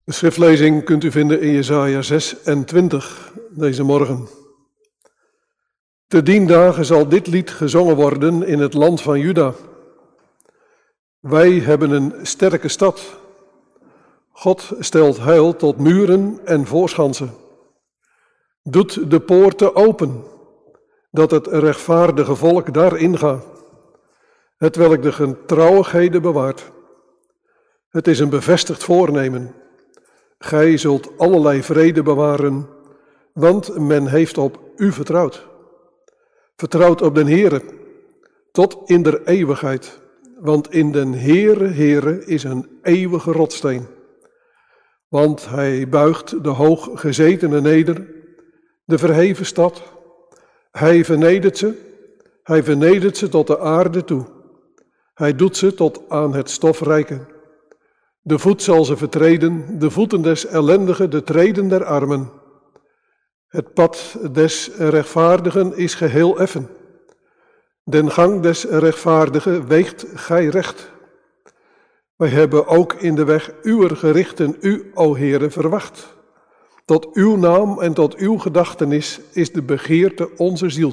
De schriftlezing kunt u vinden in Jesaja 26 deze morgen. Te dien dagen zal dit lied gezongen worden in het land van Juda. Wij hebben een sterke stad. God stelt heil tot muren en voorschansen. Doet de poorten open, dat het rechtvaardige volk daarin gaat, hetwelk de getrouwigheden bewaart. Het is een bevestigd voornemen. Gij zult allerlei vrede bewaren, want men heeft op u vertrouwd. Vertrouwd op den Heere, tot in der eeuwigheid, want in den Heere is een eeuwige rotsteen. Want hij buigt de hooggezetenen neder, de verheven stad. Hij vernedert ze tot de aarde toe. Hij doet ze tot aan het stof reiken. De voet zal ze vertreden, de voeten des ellendigen, de treden der armen. Het pad des rechtvaardigen is geheel effen. Den gang des rechtvaardigen weegt gij recht. Wij hebben ook in de weg uwer gerichten u, o Heere, verwacht. Tot uw naam en tot uw gedachtenis is de begeerte onze ziel.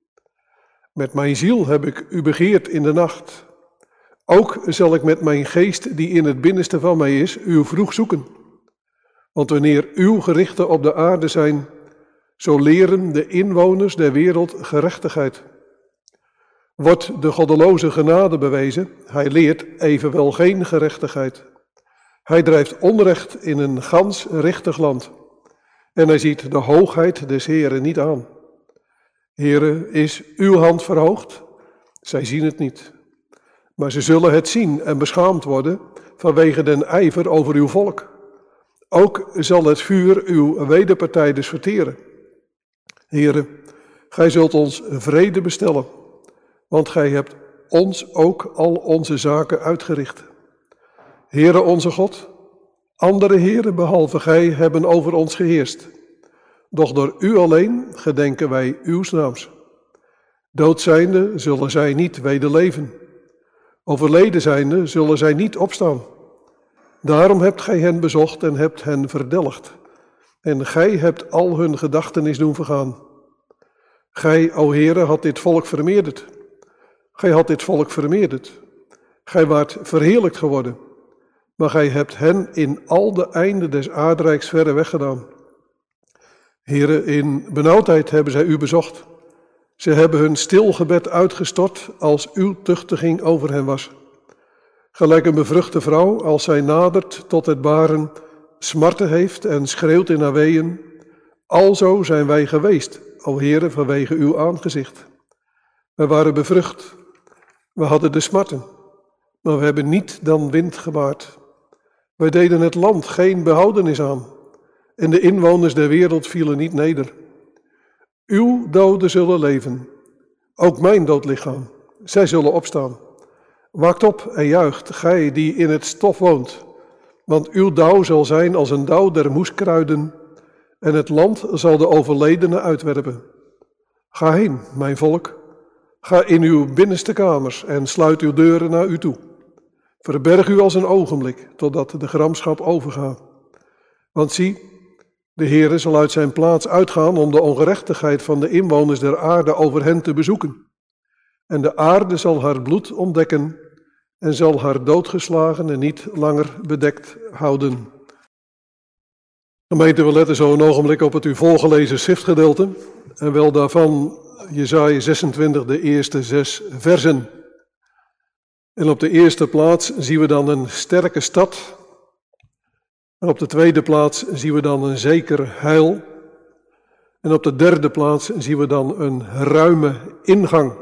Met mijn ziel heb ik u begeerd in de nacht. Ook zal ik met mijn geest, die in het binnenste van mij is, u vroeg zoeken. Want wanneer uw gerichten op de aarde zijn, zo leren de inwoners der wereld gerechtigheid. Wordt de goddeloze genade bewezen, hij leert evenwel geen gerechtigheid. Hij drijft onrecht in een gans richtig land. En hij ziet de hoogheid des Heeren niet aan. Heere, is uw hand verhoogd? Zij zien het niet. Maar ze zullen het zien en beschaamd worden vanwege den ijver over uw volk. Ook zal het vuur uw wederpartij dus verteren. Heere, gij zult ons vrede bestellen, want gij hebt ons ook al onze zaken uitgericht. Heere onze God, andere heren behalve gij hebben over ons geheerst. Doch door u alleen gedenken wij uws naams. Dood zijnde zullen zij niet wederleven. Overleden zijnde zullen zij niet opstaan. Daarom hebt gij hen bezocht en hebt hen verdelgd. En gij hebt al hun gedachtenis doen vergaan. Gij, o Heere, had dit volk vermeerderd. Gij had dit volk vermeerderd. Gij waart verheerlijkt geworden. Maar gij hebt hen in al de einden des aardrijks verre weggedaan. Heere, in benauwdheid hebben zij u bezocht. Ze hebben hun stil gebed uitgestort als uw tuchtiging over hen was. Gelijk een bevruchte vrouw, als zij nadert tot het baren, smarten heeft en schreeuwt in haar weeën. Alzo zijn wij geweest, o Heere, vanwege uw aangezicht. Wij waren bevrucht, we hadden de smarten, maar we hebben niet dan wind gebaard. Wij deden het land geen behoudenis aan en de inwoners der wereld vielen niet neder. Uw doden zullen leven, ook mijn doodlichaam, zij zullen opstaan. Waakt op en juicht, gij die in het stof woont, want uw dauw zal zijn als een dauw der moeskruiden en het land zal de overledenen uitwerpen. Ga heen, mijn volk, ga in uw binnenste kamers en sluit uw deuren naar u toe. Verberg u als een ogenblik, totdat de gramschap overgaat. Want zie, de Heere zal uit zijn plaats uitgaan om de ongerechtigheid van de inwoners der aarde over hen te bezoeken. En de aarde zal haar bloed ontdekken en zal haar doodgeslagenen niet langer bedekt houden. Gemeente, we letten zo een ogenblik op het u voorgelezen schriftgedeelte en wel daarvan Jesaja 26, de eerste 6 versen. En op de eerste plaats zien we dan een sterke stad. En op de tweede plaats zien we dan een zeker heil. En op de derde plaats zien we dan een ruime ingang.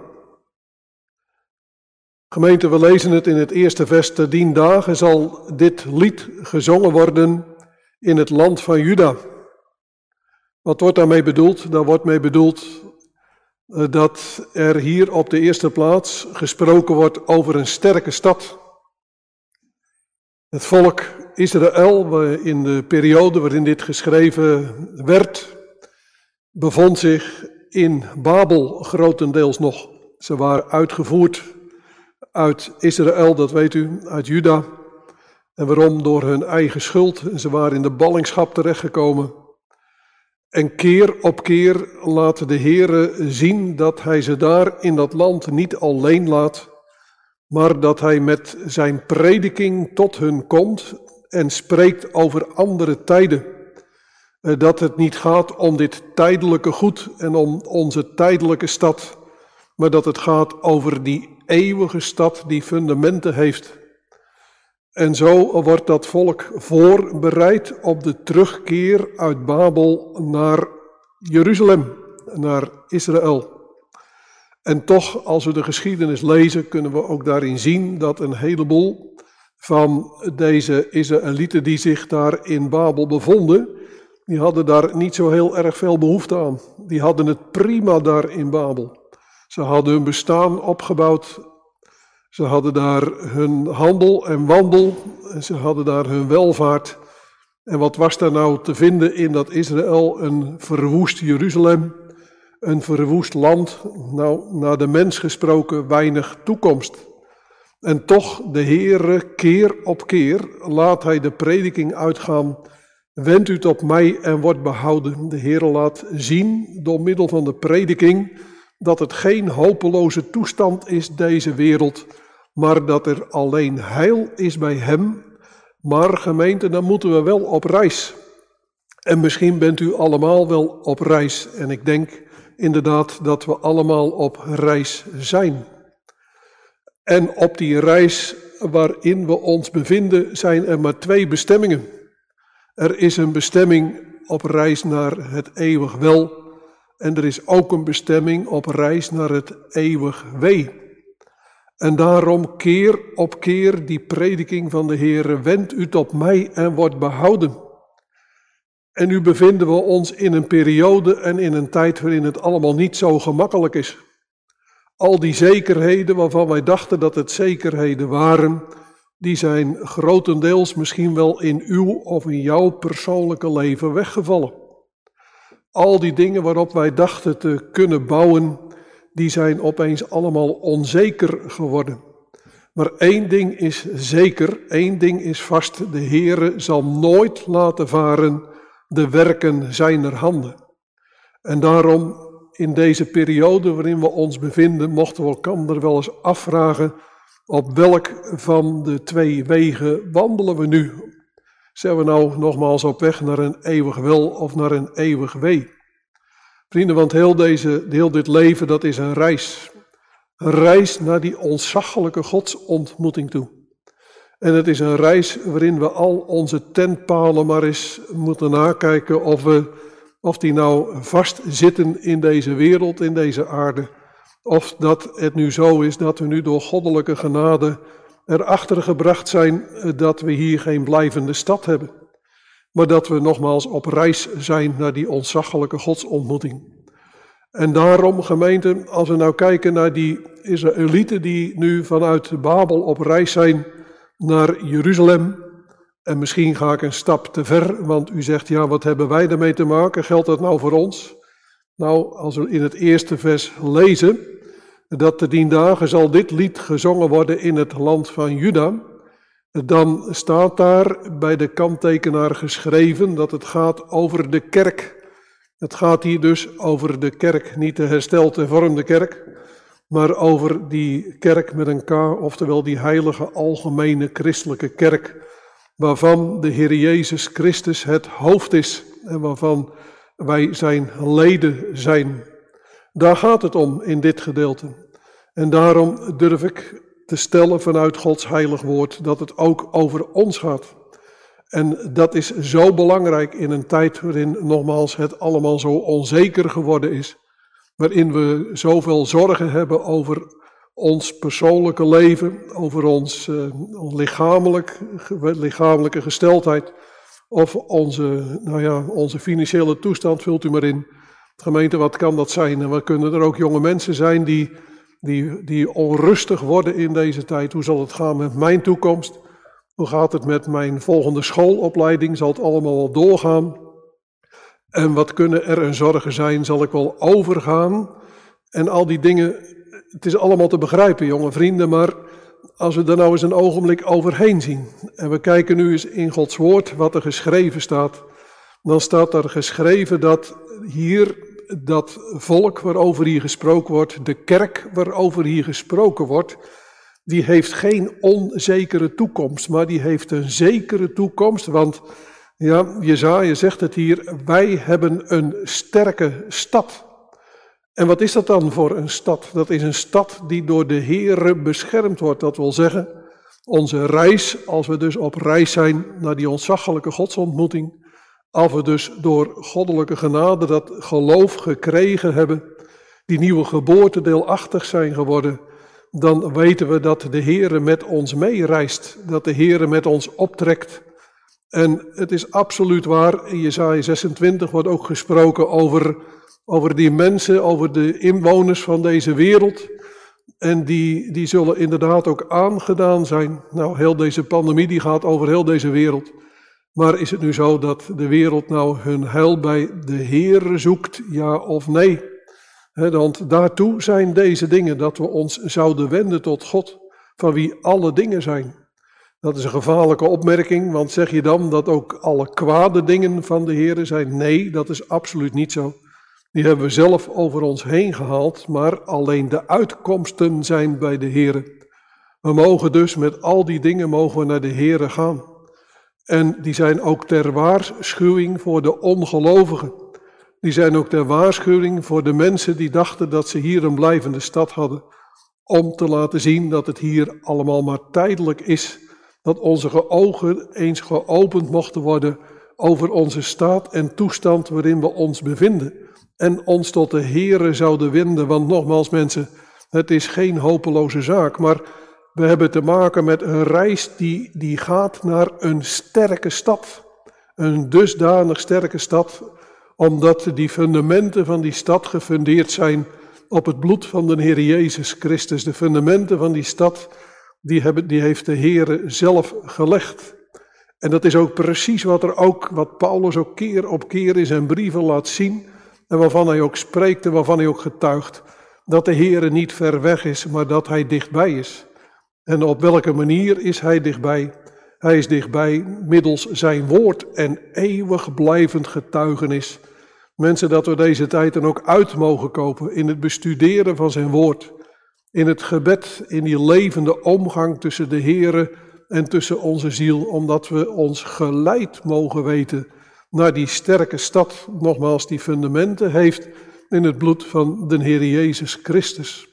Gemeente, we lezen het in het eerste vers. Te dien dagen zal dit lied gezongen worden in het land van Juda. Wat wordt daarmee bedoeld? Daar wordt mee bedoeld dat er hier op de eerste plaats gesproken wordt over een sterke stad. Het volk Israël, in de periode waarin dit geschreven werd, bevond zich in Babel grotendeels nog. Ze waren uitgevoerd uit Israël, dat weet u, uit Juda. En waarom? Door hun eigen schuld. En ze waren in de ballingschap terechtgekomen. En keer op keer laat de Heere zien dat hij ze daar in dat land niet alleen laat, maar dat hij met zijn prediking tot hun komt en spreekt over andere tijden. Dat het niet gaat om dit tijdelijke goed en om onze tijdelijke stad, maar dat het gaat over die eeuwige stad die fundamenten heeft. En zo wordt dat volk voorbereid op de terugkeer uit Babel naar Jeruzalem, naar Israël. En toch, als we de geschiedenis lezen, kunnen we ook daarin zien dat een heleboel van deze Israëlieten die zich daar in Babel bevonden, die hadden daar niet zo heel erg veel behoefte aan. Die hadden het prima daar in Babel. Ze hadden hun bestaan opgebouwd. Ze hadden daar hun handel en wandel. En ze hadden daar hun welvaart. En wat was daar nou te vinden in dat Israël? Een verwoest Jeruzalem, een verwoest land. Nou, naar de mens gesproken weinig toekomst. En toch, de Heere, keer op keer laat hij de prediking uitgaan. Wend u tot mij en wordt behouden. De Heere laat zien door middel van de prediking dat het geen hopeloze toestand is, deze wereld, maar dat er alleen heil is bij hem. Maar gemeente, dan moeten we wel op reis. En misschien bent u allemaal wel op reis. En ik denk inderdaad dat we allemaal op reis zijn. En op die reis waarin we ons bevinden zijn er maar twee bestemmingen. Er is een bestemming op reis naar het eeuwig wel. En er is ook een bestemming op reis naar het eeuwig wee. En daarom keer op keer die prediking van de Heere, wend u tot mij en wordt behouden. En nu bevinden we ons in een periode en in een tijd waarin het allemaal niet zo gemakkelijk is. Al die zekerheden waarvan wij dachten dat het zekerheden waren, die zijn grotendeels misschien wel in uw of in jouw persoonlijke leven weggevallen. Al die dingen waarop wij dachten te kunnen bouwen, die zijn opeens allemaal onzeker geworden. Maar één ding is zeker, één ding is vast, de Heere zal nooit laten varen de werken zijner handen. En daarom, in deze periode waarin we ons bevinden, mochten we elkaar wel eens afvragen, op welk van de twee wegen wandelen we nu? Zijn we nou nogmaals op weg naar een eeuwig wel of naar een eeuwig wee? Vrienden, want heel dit leven, dat is een reis. Een reis naar die ontzaglijke godsontmoeting toe. En het is een reis waarin we al onze tentpalen maar eens moeten nakijken of die nou vastzitten in deze wereld, in deze aarde. Of dat het nu zo is dat we nu door goddelijke genade erachter gebracht zijn dat we hier geen blijvende stad hebben. Maar dat we nogmaals op reis zijn naar die ontzaglijke godsontmoeting. En daarom, gemeente, als we nou kijken naar die Israëlieten die nu vanuit Babel op reis zijn naar Jeruzalem. En misschien ga ik een stap te ver, want u zegt, ja, wat hebben wij daarmee te maken? Geldt dat nou voor ons? Nou, als we in het eerste vers lezen, dat te 10 dagen zal dit lied gezongen worden in het land van Juda, dan staat daar bij de kanttekenaar geschreven dat het gaat over de kerk. Het gaat hier dus over de kerk, niet de hersteld hervormde kerk, maar over die kerk met een K, oftewel die heilige algemene christelijke kerk, waarvan de Heer Jezus Christus het hoofd is en waarvan wij zijn leden zijn. Daar gaat het om in dit gedeelte. En daarom durf ik te stellen vanuit Gods heilig woord dat het ook over ons gaat. En dat is zo belangrijk in een tijd waarin nogmaals het allemaal zo onzeker geworden is. Waarin we zoveel zorgen hebben over ons persoonlijke leven, over ons lichamelijke gesteldheid. Of onze financiële toestand, vult u maar in. Gemeente, wat kan dat zijn? En wat kunnen er ook jonge mensen zijn die onrustig worden in deze tijd? Hoe zal het gaan met mijn toekomst? Hoe gaat het met mijn volgende schoolopleiding? Zal het allemaal wel doorgaan? En wat kunnen er een zorgen zijn? Zal ik wel overgaan? En al die dingen, het is allemaal te begrijpen, jonge vrienden, maar als we daar nou eens een ogenblik overheen zien en we kijken nu eens in Gods woord wat er geschreven staat, dan staat er geschreven dat hier dat volk waarover hier gesproken wordt, de kerk waarover hier gesproken wordt, die heeft geen onzekere toekomst, maar die heeft een zekere toekomst, want ja, Jesaja zegt het hier, wij hebben een sterke stad. En wat is dat dan voor een stad? Dat is een stad die door de Heere beschermd wordt. Dat wil zeggen, onze reis, als we dus op reis zijn naar die ontzaglijke godsontmoeting, als we dus door goddelijke genade dat geloof gekregen hebben, die nieuwe geboorte deelachtig zijn geworden, dan weten we dat de Heere met ons meereist, dat de Heere met ons optrekt. En het is absoluut waar, in Jesaja 26 wordt ook gesproken over die mensen, over de inwoners van deze wereld. En die zullen inderdaad ook aangedaan zijn. Nou, heel deze pandemie die gaat over heel deze wereld. Maar is het nu zo dat de wereld nou hun heil bij de Heere zoekt, ja of nee? Want daartoe zijn deze dingen, dat we ons zouden wenden tot God, van wie alle dingen zijn. Dat is een gevaarlijke opmerking, want zeg je dan dat ook alle kwade dingen van de Heere zijn? Nee, dat is absoluut niet zo. Die hebben we zelf over ons heen gehaald, maar alleen de uitkomsten zijn bij de Heere. We mogen dus met al die dingen mogen we naar de Heere gaan. En die zijn ook ter waarschuwing voor de ongelovigen. Die zijn ook ter waarschuwing voor de mensen die dachten dat ze hier een blijvende stad hadden. Om te laten zien dat het hier allemaal maar tijdelijk is. Dat onze ogen eens geopend mochten worden over onze staat en toestand waarin we ons bevinden. En ons tot de Heere zouden wenden, want nogmaals mensen, het is geen hopeloze zaak, maar we hebben te maken met een reis die gaat naar een sterke stad. Een dusdanig sterke stad, omdat die fundamenten van die stad gefundeerd zijn op het bloed van de Heer Jezus Christus. De fundamenten van die stad, die heeft de Heere zelf gelegd. En dat is ook precies wat Paulus ook keer op keer in zijn brieven laat zien. En waarvan hij ook spreekt en waarvan hij ook getuigt. Dat de Heere niet ver weg is, maar dat hij dichtbij is. En op welke manier is hij dichtbij? Hij is dichtbij middels zijn woord en eeuwig blijvend getuigenis. Mensen, dat we deze tijd dan ook uit mogen kopen in het bestuderen van zijn woord. In het gebed, in die levende omgang tussen de Heere en tussen onze ziel. Omdat we ons geleid mogen weten naar die sterke stad, nogmaals die fundamenten heeft in het bloed van de Heer Jezus Christus.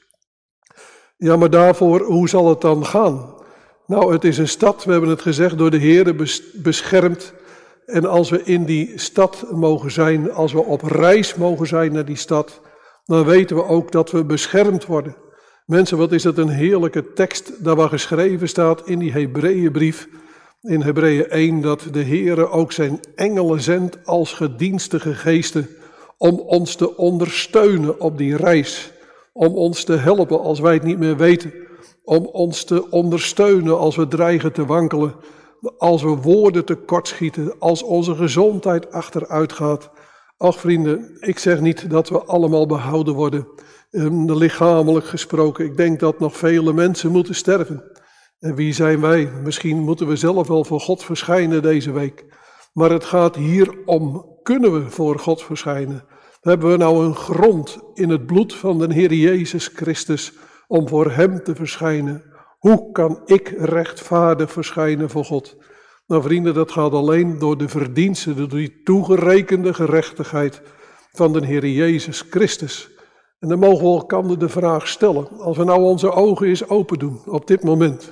Ja, maar daarvoor, hoe zal het dan gaan? Nou, het is een stad, we hebben het gezegd, door de Heere beschermd. En als we in die stad mogen zijn, als we op reis mogen zijn naar die stad, dan weten we ook dat we beschermd worden. Mensen, wat is dat een heerlijke tekst daar waar geschreven staat in die Hebreeënbrief, in Hebreeën 1, dat de Heere ook zijn engelen zendt als gedienstige geesten om ons te ondersteunen op die reis. Om ons te helpen als wij het niet meer weten. Om ons te ondersteunen als we dreigen te wankelen. Als we woorden tekortschieten. Als onze gezondheid achteruit gaat. Ach vrienden, ik zeg niet dat we allemaal behouden worden. Lichamelijk gesproken. Ik denk dat nog vele mensen moeten sterven. En wie zijn wij? Misschien moeten we zelf wel voor God verschijnen deze week. Maar het gaat hier om, kunnen we voor God verschijnen? Hebben we nou een grond in het bloed van de Heer Jezus Christus om voor Hem te verschijnen? Hoe kan ik rechtvaardig verschijnen voor God? Nou vrienden, dat gaat alleen door de verdiensten, door die toegerekende gerechtigheid van de Heer Jezus Christus. En dan mogen we elkaar de vraag stellen, als we nou onze ogen eens open doen op dit moment.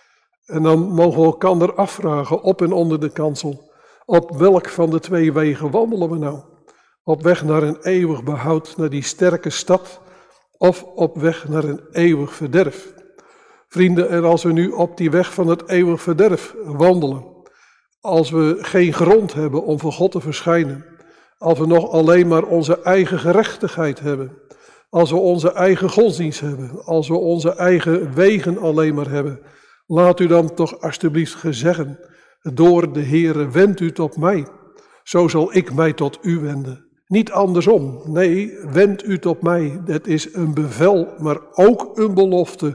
En dan mogen we elkaar afvragen, op en onder de kansel, op welk van de twee wegen wandelen we nou? Op weg naar een eeuwig behoud, naar die sterke stad, of op weg naar een eeuwig verderf. Vrienden, en als we nu op die weg van het eeuwig verderf wandelen, als we geen grond hebben om voor God te verschijnen, als we nog alleen maar onze eigen gerechtigheid hebben, als we onze eigen godsdienst hebben, als we onze eigen wegen alleen maar hebben, laat u dan toch alstublieft gezeggen, door de Heere wendt u tot mij, zo zal ik mij tot u wenden. Niet andersom, nee, wend u tot mij. Het is een bevel, maar ook een belofte.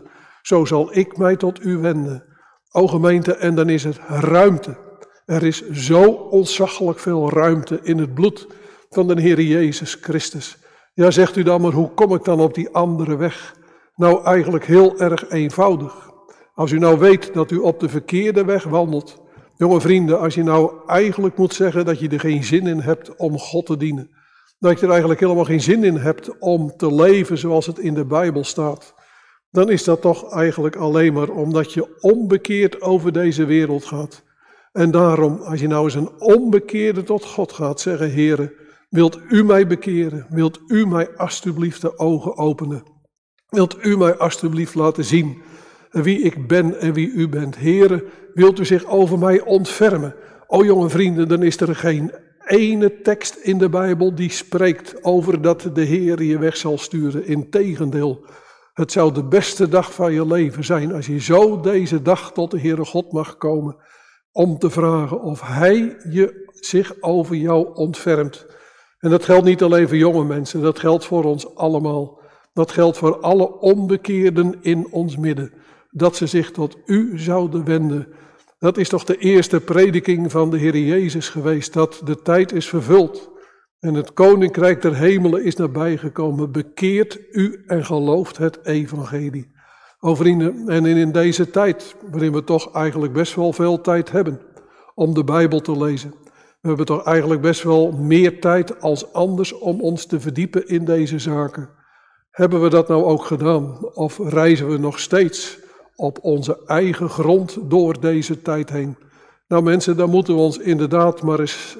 zo zal ik mij tot u wenden. O gemeente, en dan is het ruimte. Er is zo ontzaglijk veel ruimte in het bloed van de Heer Jezus Christus. Ja, zegt u dan, maar hoe kom ik dan op die andere weg? Nou, eigenlijk heel erg eenvoudig. Als u nou weet dat u op de verkeerde weg wandelt, jonge vrienden, als je nou eigenlijk moet zeggen dat je er geen zin in hebt om God te dienen, dat je er eigenlijk helemaal geen zin in hebt om te leven zoals het in de Bijbel staat, dan is dat toch eigenlijk alleen maar omdat je onbekeerd over deze wereld gaat. En daarom, als je nou eens een onbekeerde tot God gaat zeggen, Heere, wilt u mij bekeren? Wilt u mij alstublieft de ogen openen? Wilt u mij alstublieft laten zien wie ik ben en wie u bent? Heere, wilt u zich over mij ontfermen? O jonge vrienden, dan is er geen ene tekst in de Bijbel die spreekt over dat de Heer je weg zal sturen. Integendeel, het zou de beste dag van je leven zijn als je zo deze dag tot de Heere God mag komen om te vragen of Hij zich over jou ontfermt. En dat geldt niet alleen voor jonge mensen, dat geldt voor ons allemaal. Dat geldt voor alle onbekeerden in ons midden, dat ze zich tot u zouden wenden. Dat is toch de eerste prediking van de Heer Jezus geweest, dat de tijd is vervuld en het koninkrijk der hemelen is nabijgekomen. Bekeert u en gelooft het evangelie. O vrienden, en in deze tijd, waarin we toch eigenlijk best wel veel tijd hebben om de Bijbel te lezen. We hebben toch eigenlijk best wel meer tijd als anders om ons te verdiepen in deze zaken. Hebben we dat nou ook gedaan? Of reizen we nog steeds op onze eigen grond door deze tijd heen? Nou mensen, dan moeten we ons inderdaad maar eens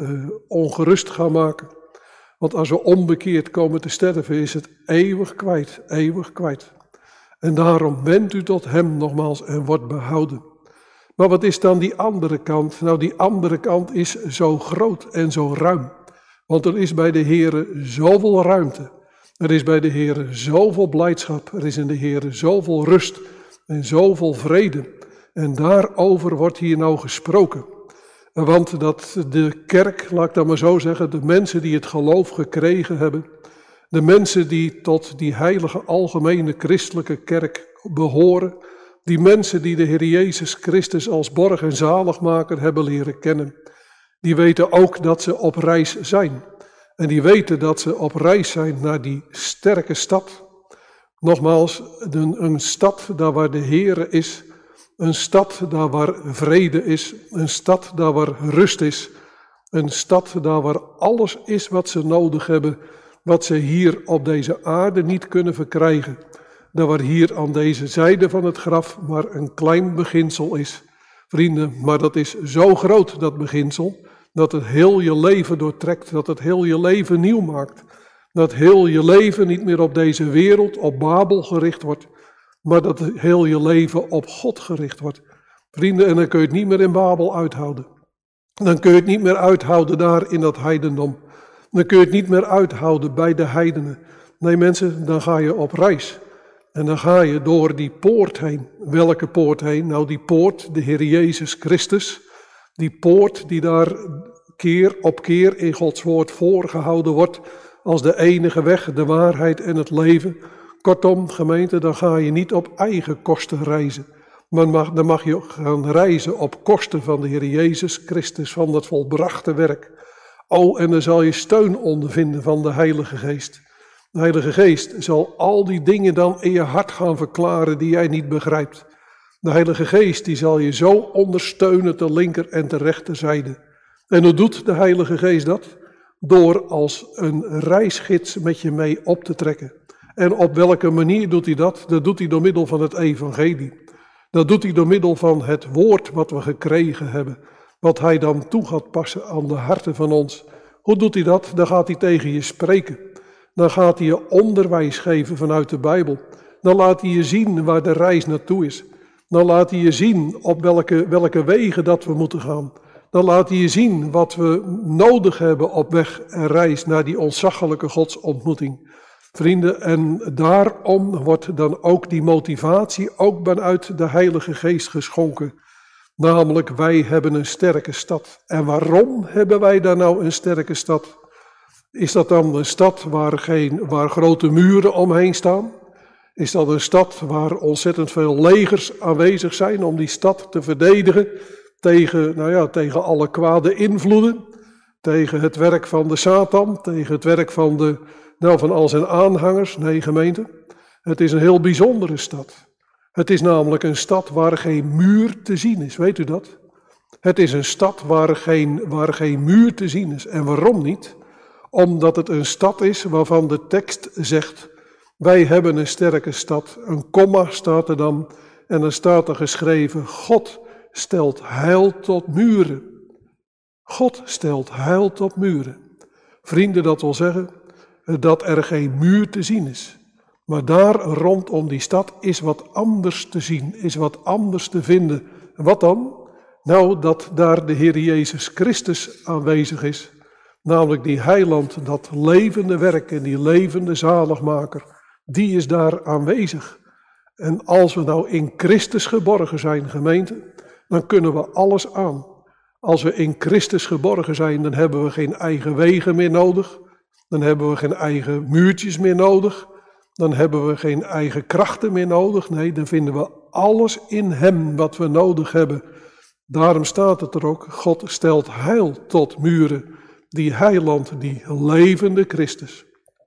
ongerust gaan maken. Want als we onbekeerd komen te sterven, is het eeuwig kwijt, eeuwig kwijt. En daarom wendt u tot hem nogmaals en wordt behouden. Maar wat is dan die andere kant? Nou, die andere kant is zo groot en zo ruim. Want er is bij de Heere zoveel ruimte. Er is bij de Heere zoveel blijdschap. Er is in de Heere zoveel rust en zoveel vrede. En daarover wordt hier nou gesproken. Want dat de kerk, laat ik dat maar zo zeggen, de mensen die het geloof gekregen hebben, de mensen die tot die heilige algemene christelijke kerk behoren, die mensen die de Heer Jezus Christus als borg en zaligmaker hebben leren kennen, die weten ook dat ze op reis zijn. En die weten dat ze op reis zijn naar die sterke stad. Nogmaals, een stad daar waar de Heere is, een stad daar waar vrede is, een stad daar waar rust is, een stad daar waar alles is wat ze nodig hebben, wat ze hier op deze aarde niet kunnen verkrijgen. Dat waar hier aan deze zijde van het graf maar een klein beginsel is. Vrienden, maar dat is zo groot, dat beginsel, dat het heel je leven doortrekt, dat het heel je leven nieuw maakt. Dat heel je leven niet meer op deze wereld, op Babel gericht wordt, maar dat heel je leven op God gericht wordt. Vrienden, en dan kun je het niet meer in Babel uithouden. Dan kun je het niet meer uithouden daar in dat heidendom. Dan kun je het niet meer uithouden bij de heidenen. Nee mensen, dan ga je op reis. En dan ga je door die poort heen. Welke poort heen? Nou die poort, de Heer Jezus Christus. Die poort die daar keer op keer in Gods woord voorgehouden wordt als de enige weg, de waarheid en het leven. Kortom, gemeente, dan ga je niet op eigen kosten reizen. Maar dan mag je gaan reizen op kosten van de Heer Jezus Christus, van dat volbrachte werk. Oh, en dan zal je steun ondervinden van de Heilige Geest. De Heilige Geest zal al die dingen dan in je hart gaan verklaren die jij niet begrijpt. De Heilige Geest die zal je zo ondersteunen ter linker en ter rechterzijde. En hoe doet de Heilige Geest dat? Door als een reisgids met je mee op te trekken. En op welke manier doet hij dat? Dat doet hij door middel van het evangelie. Dat doet hij door middel van het woord wat we gekregen hebben. Wat hij dan toe gaat passen aan de harten van ons. Hoe doet hij dat? Dan gaat hij tegen je spreken. Dan gaat hij je onderwijs geven vanuit de Bijbel. Dan laat hij je zien waar de reis naartoe is. Dan laat hij je zien op welke wegen dat we moeten gaan. Dan laat hij je zien wat we nodig hebben op weg en reis naar die ontzaglijke godsontmoeting. Vrienden, en daarom wordt dan ook die motivatie ook vanuit de Heilige Geest geschonken. Namelijk, wij hebben een sterke stad. En waarom hebben wij daar nou een sterke stad? Is dat dan een stad waar grote muren omheen staan? Is dat een stad waar ontzettend veel legers aanwezig zijn om die stad te verdedigen tegen alle kwade invloeden, tegen het werk van de Satan, tegen het werk van al zijn aanhangers? Nee, gemeente, het is een heel bijzondere stad. Het is namelijk een stad waar geen muur te zien is, weet u dat? Het is een stad waar geen muur te zien is. En waarom niet? Omdat het een stad is waarvan de tekst zegt, wij hebben een sterke stad. Een komma staat er dan en dan staat er geschreven, God stelt heil tot muren. God stelt heil tot muren. Vrienden, dat wil zeggen dat er geen muur te zien is. Maar daar rondom die stad is wat anders te zien, is wat anders te vinden. Wat dan? Nou, dat daar de Heer Jezus Christus aanwezig is. Namelijk die heiland, dat levende werk en die levende zaligmaker, die is daar aanwezig. En als we nou in Christus geborgen zijn, gemeente, dan kunnen we alles aan. Als we in Christus geborgen zijn, dan hebben we geen eigen wegen meer nodig. Dan hebben we geen eigen muurtjes meer nodig. Dan hebben we geen eigen krachten meer nodig. Nee, dan vinden we alles in Hem wat we nodig hebben. Daarom staat het er ook, God stelt heil tot muren. Die heiland, die levende Christus.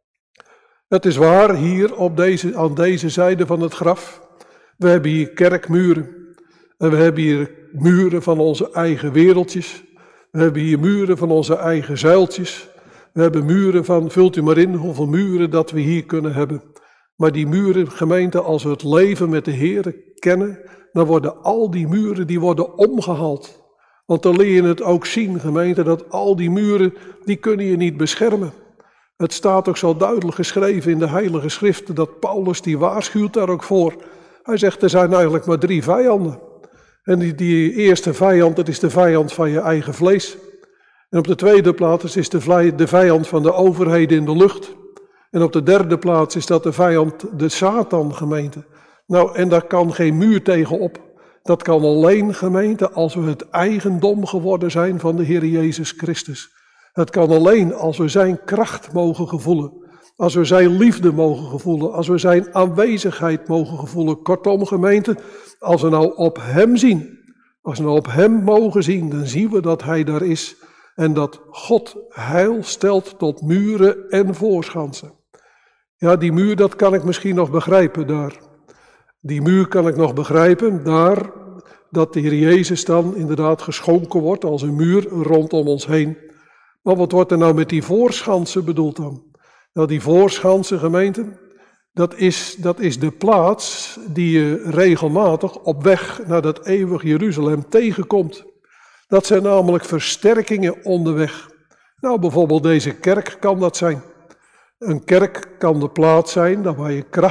Het is waar, hier aan deze zijde van het graf, we hebben hier kerkmuren. En we hebben hier muren van onze eigen wereldjes. We hebben hier muren van onze eigen zuiltjes. We hebben muren van, vult u maar in hoeveel muren dat we hier kunnen hebben. Maar die muren, gemeente, als we het leven met de Heer kennen, dan worden al die muren, die worden omgehaald. Want dan leer je het ook zien, gemeente, dat al die muren, die kunnen je niet beschermen. Het staat ook zo duidelijk geschreven in de Heilige Schriften, dat Paulus, die waarschuwt daar ook voor. Hij zegt, er zijn eigenlijk maar 3 vijanden. En die eerste vijand, dat is de vijand van je eigen vlees. En op de tweede plaats is de vijand van de overheden in de lucht. En op de derde plaats is dat de vijand, de Satan, gemeente. Nou, en daar kan geen muur tegen op. Dat kan alleen, gemeente, als we het eigendom geworden zijn van de Heer Jezus Christus. Het kan alleen als we zijn kracht mogen gevoelen. Als we zijn liefde mogen gevoelen. Als we zijn aanwezigheid mogen gevoelen. Kortom, gemeente, als we nou op Hem zien. Als we nou op Hem mogen zien, dan zien we dat Hij daar is. En dat God heil stelt tot muren en voorschansen. Ja, die muur, dat kan ik misschien nog begrijpen daar. Die muur kan ik nog begrijpen daar, dat de Heer Jezus dan inderdaad geschonken wordt als een muur rondom ons heen. Maar wat wordt er nou met die voorschansen bedoeld dan? Nou, die voorschansen, gemeente, dat is de plaats die je regelmatig op weg naar dat eeuwig Jeruzalem tegenkomt. Dat zijn namelijk versterkingen onderweg. Nou, bijvoorbeeld deze kerk kan dat zijn. Een kerk kan de plaats zijn waar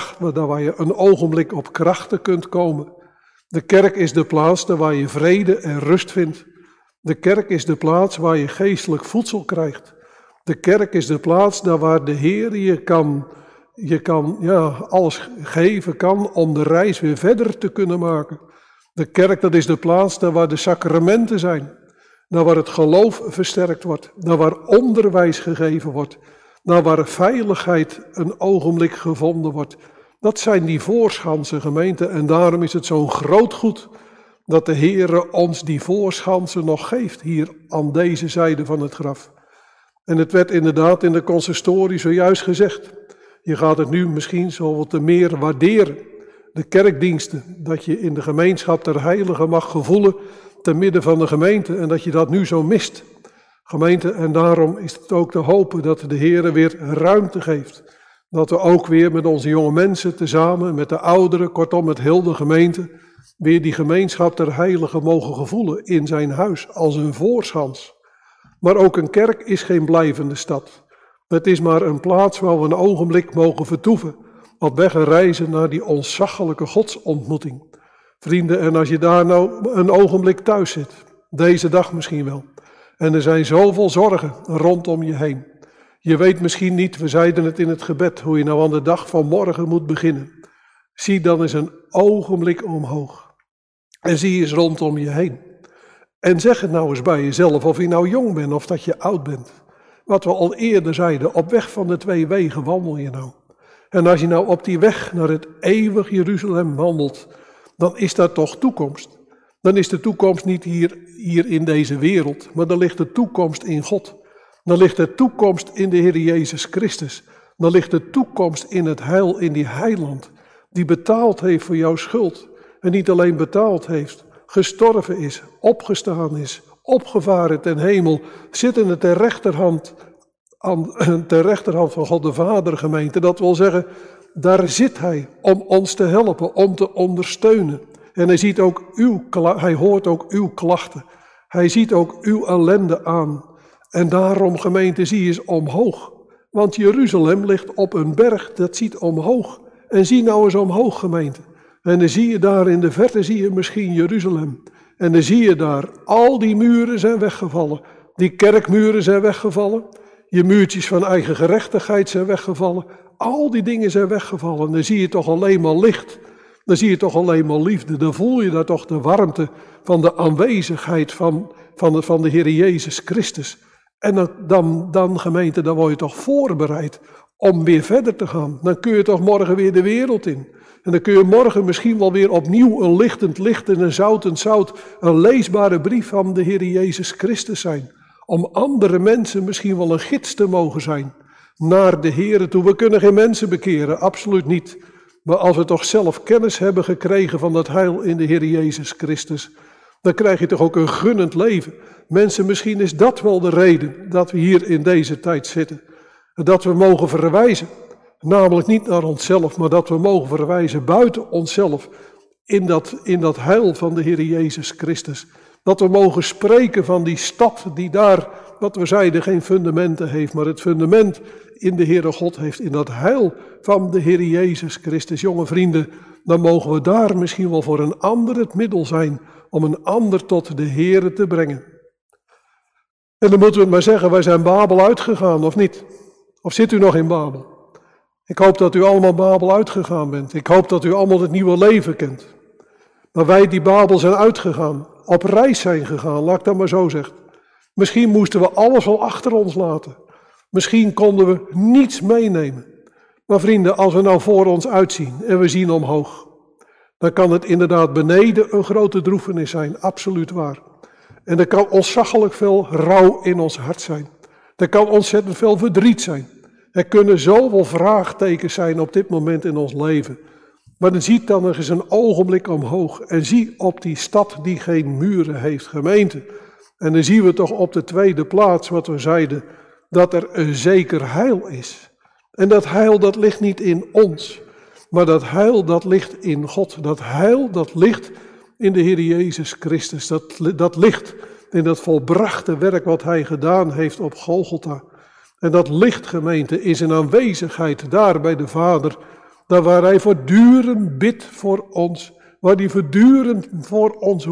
je een ogenblik op krachten kunt komen. De kerk is de plaats waar je vrede en rust vindt. De kerk is de plaats waar je geestelijk voedsel krijgt. De kerk is de plaats waar de Heer je kan alles geven kan om de reis weer verder te kunnen maken. De kerk, dat is de plaats waar de sacramenten zijn. Daar waar het geloof versterkt wordt. Daar waar onderwijs gegeven wordt. Daar waar veiligheid een ogenblik gevonden wordt. Dat zijn die voorschansen, gemeente. En daarom is het zo'n groot goed dat de Heere ons die voorschansen nog geeft. Hier aan deze zijde van het graf. En het werd inderdaad in de consistorie zojuist gezegd. Je gaat het nu misschien zo wat te meer waarderen. De kerkdiensten, dat je in de gemeenschap der heiligen mag gevoelen te midden van de gemeente. En dat je dat nu zo mist. Gemeente, en daarom is het ook te hopen dat de Heere weer ruimte geeft. Dat we ook weer met onze jonge mensen tezamen, met de ouderen, kortom met heel de gemeente, weer die gemeenschap der heiligen mogen gevoelen in zijn huis als een voorschans. Maar ook een kerk is geen blijvende stad. Het is maar een plaats waar we een ogenblik mogen vertoeven, op weg en reizen naar die ontzaglijke godsontmoeting. Vrienden, en als je daar nou een ogenblik thuis zit, deze dag misschien wel, en er zijn zoveel zorgen rondom je heen. Je weet misschien niet, we zeiden het in het gebed, hoe je nou aan de dag van morgen moet beginnen. Zie dan eens een ogenblik omhoog. En zie eens rondom je heen. En zeg het nou eens bij jezelf, of je nou jong bent of dat je oud bent. Wat we al eerder zeiden, op weg van de 2 wegen wandel je nou. En als je nou op die weg naar het eeuwig Jeruzalem wandelt, dan is daar toch toekomst. Dan is de toekomst niet hier in deze wereld, maar dan ligt de toekomst in God. Dan ligt de toekomst in de Heer Jezus Christus. Dan ligt de toekomst in het heil, in die heiland, die betaald heeft voor jouw schuld. En niet alleen betaald heeft, gestorven is, opgestaan is, opgevaren ten hemel, zittende ter rechterhand van God de Vader, gemeente. Dat wil zeggen, daar zit hij om ons te helpen, om te ondersteunen. En hij hoort ook uw klachten. Hij ziet ook uw ellende aan. En daarom, gemeente, zie eens omhoog. Want Jeruzalem ligt op een berg, dat ziet omhoog. En zie nou eens omhoog, gemeente. En dan zie je daar in de verte, zie je misschien Jeruzalem. En dan zie je daar, al die muren zijn weggevallen. Die kerkmuren zijn weggevallen. Je muurtjes van eigen gerechtigheid zijn weggevallen. Al die dingen zijn weggevallen. Dan zie je toch alleen maar licht. Dan zie je toch alleen maar liefde. Dan voel je daar toch de warmte van de aanwezigheid van de Heer Jezus Christus. En dan gemeente, dan word je toch voorbereid om weer verder te gaan. Dan kun je toch morgen weer de wereld in. En dan kun je morgen misschien wel weer opnieuw een lichtend licht en een zoutend zout, een leesbare brief van de Heer Jezus Christus zijn. Om andere mensen misschien wel een gids te mogen zijn naar de Heer toe. We kunnen geen mensen bekeren, absoluut niet. Maar als we toch zelf kennis hebben gekregen van dat heil in de Heer Jezus Christus, dan krijg je toch ook een gunnend leven. Mensen, misschien is dat wel de reden dat we hier in deze tijd zitten. Dat we mogen verwijzen, namelijk niet naar onszelf, maar dat we mogen verwijzen buiten onszelf in dat heil van de Heer Jezus Christus. Dat we mogen spreken van die stad die daar, wat we zeiden, geen fundamenten heeft, maar het fundament in de Heere God heeft, in dat heil van de Heer Jezus Christus. Jonge vrienden, dan mogen we daar misschien wel voor een ander het middel zijn om een ander tot de Heere te brengen. En dan moeten we het maar zeggen, wij zijn Babel uitgegaan, of niet? Of zit u nog in Babel? Ik hoop dat u allemaal Babel uitgegaan bent. Ik hoop dat u allemaal het nieuwe leven kent. Maar wij die Babel zijn uitgegaan, op reis zijn gegaan, laat ik dat maar zo zeggen. Misschien moesten we alles wel achter ons laten. Misschien konden we niets meenemen. Maar vrienden, als we nou voor ons uitzien en we zien omhoog, dan kan het inderdaad beneden een grote droefenis zijn, absoluut waar. En er kan ontzaglijk veel rouw in ons hart zijn. Er kan ontzettend veel verdriet zijn. Er kunnen zoveel vraagtekens zijn op dit moment in ons leven. Maar dan ziet dan nog eens een ogenblik omhoog en zie op die stad die geen muren heeft, gemeente. En dan zien we toch op de tweede plaats wat we zeiden, dat er een zeker heil is. En dat heil dat ligt niet in ons, maar dat heil dat ligt in God. Dat heil dat ligt in de Heer Jezus Christus. Dat ligt in dat volbrachte werk wat Hij gedaan heeft op Golgotha. En dat ligt, gemeente, in zijn aanwezigheid daar bij de Vader. Daar waar Hij voortdurend bidt voor ons. Waar Hij voortdurend voor ons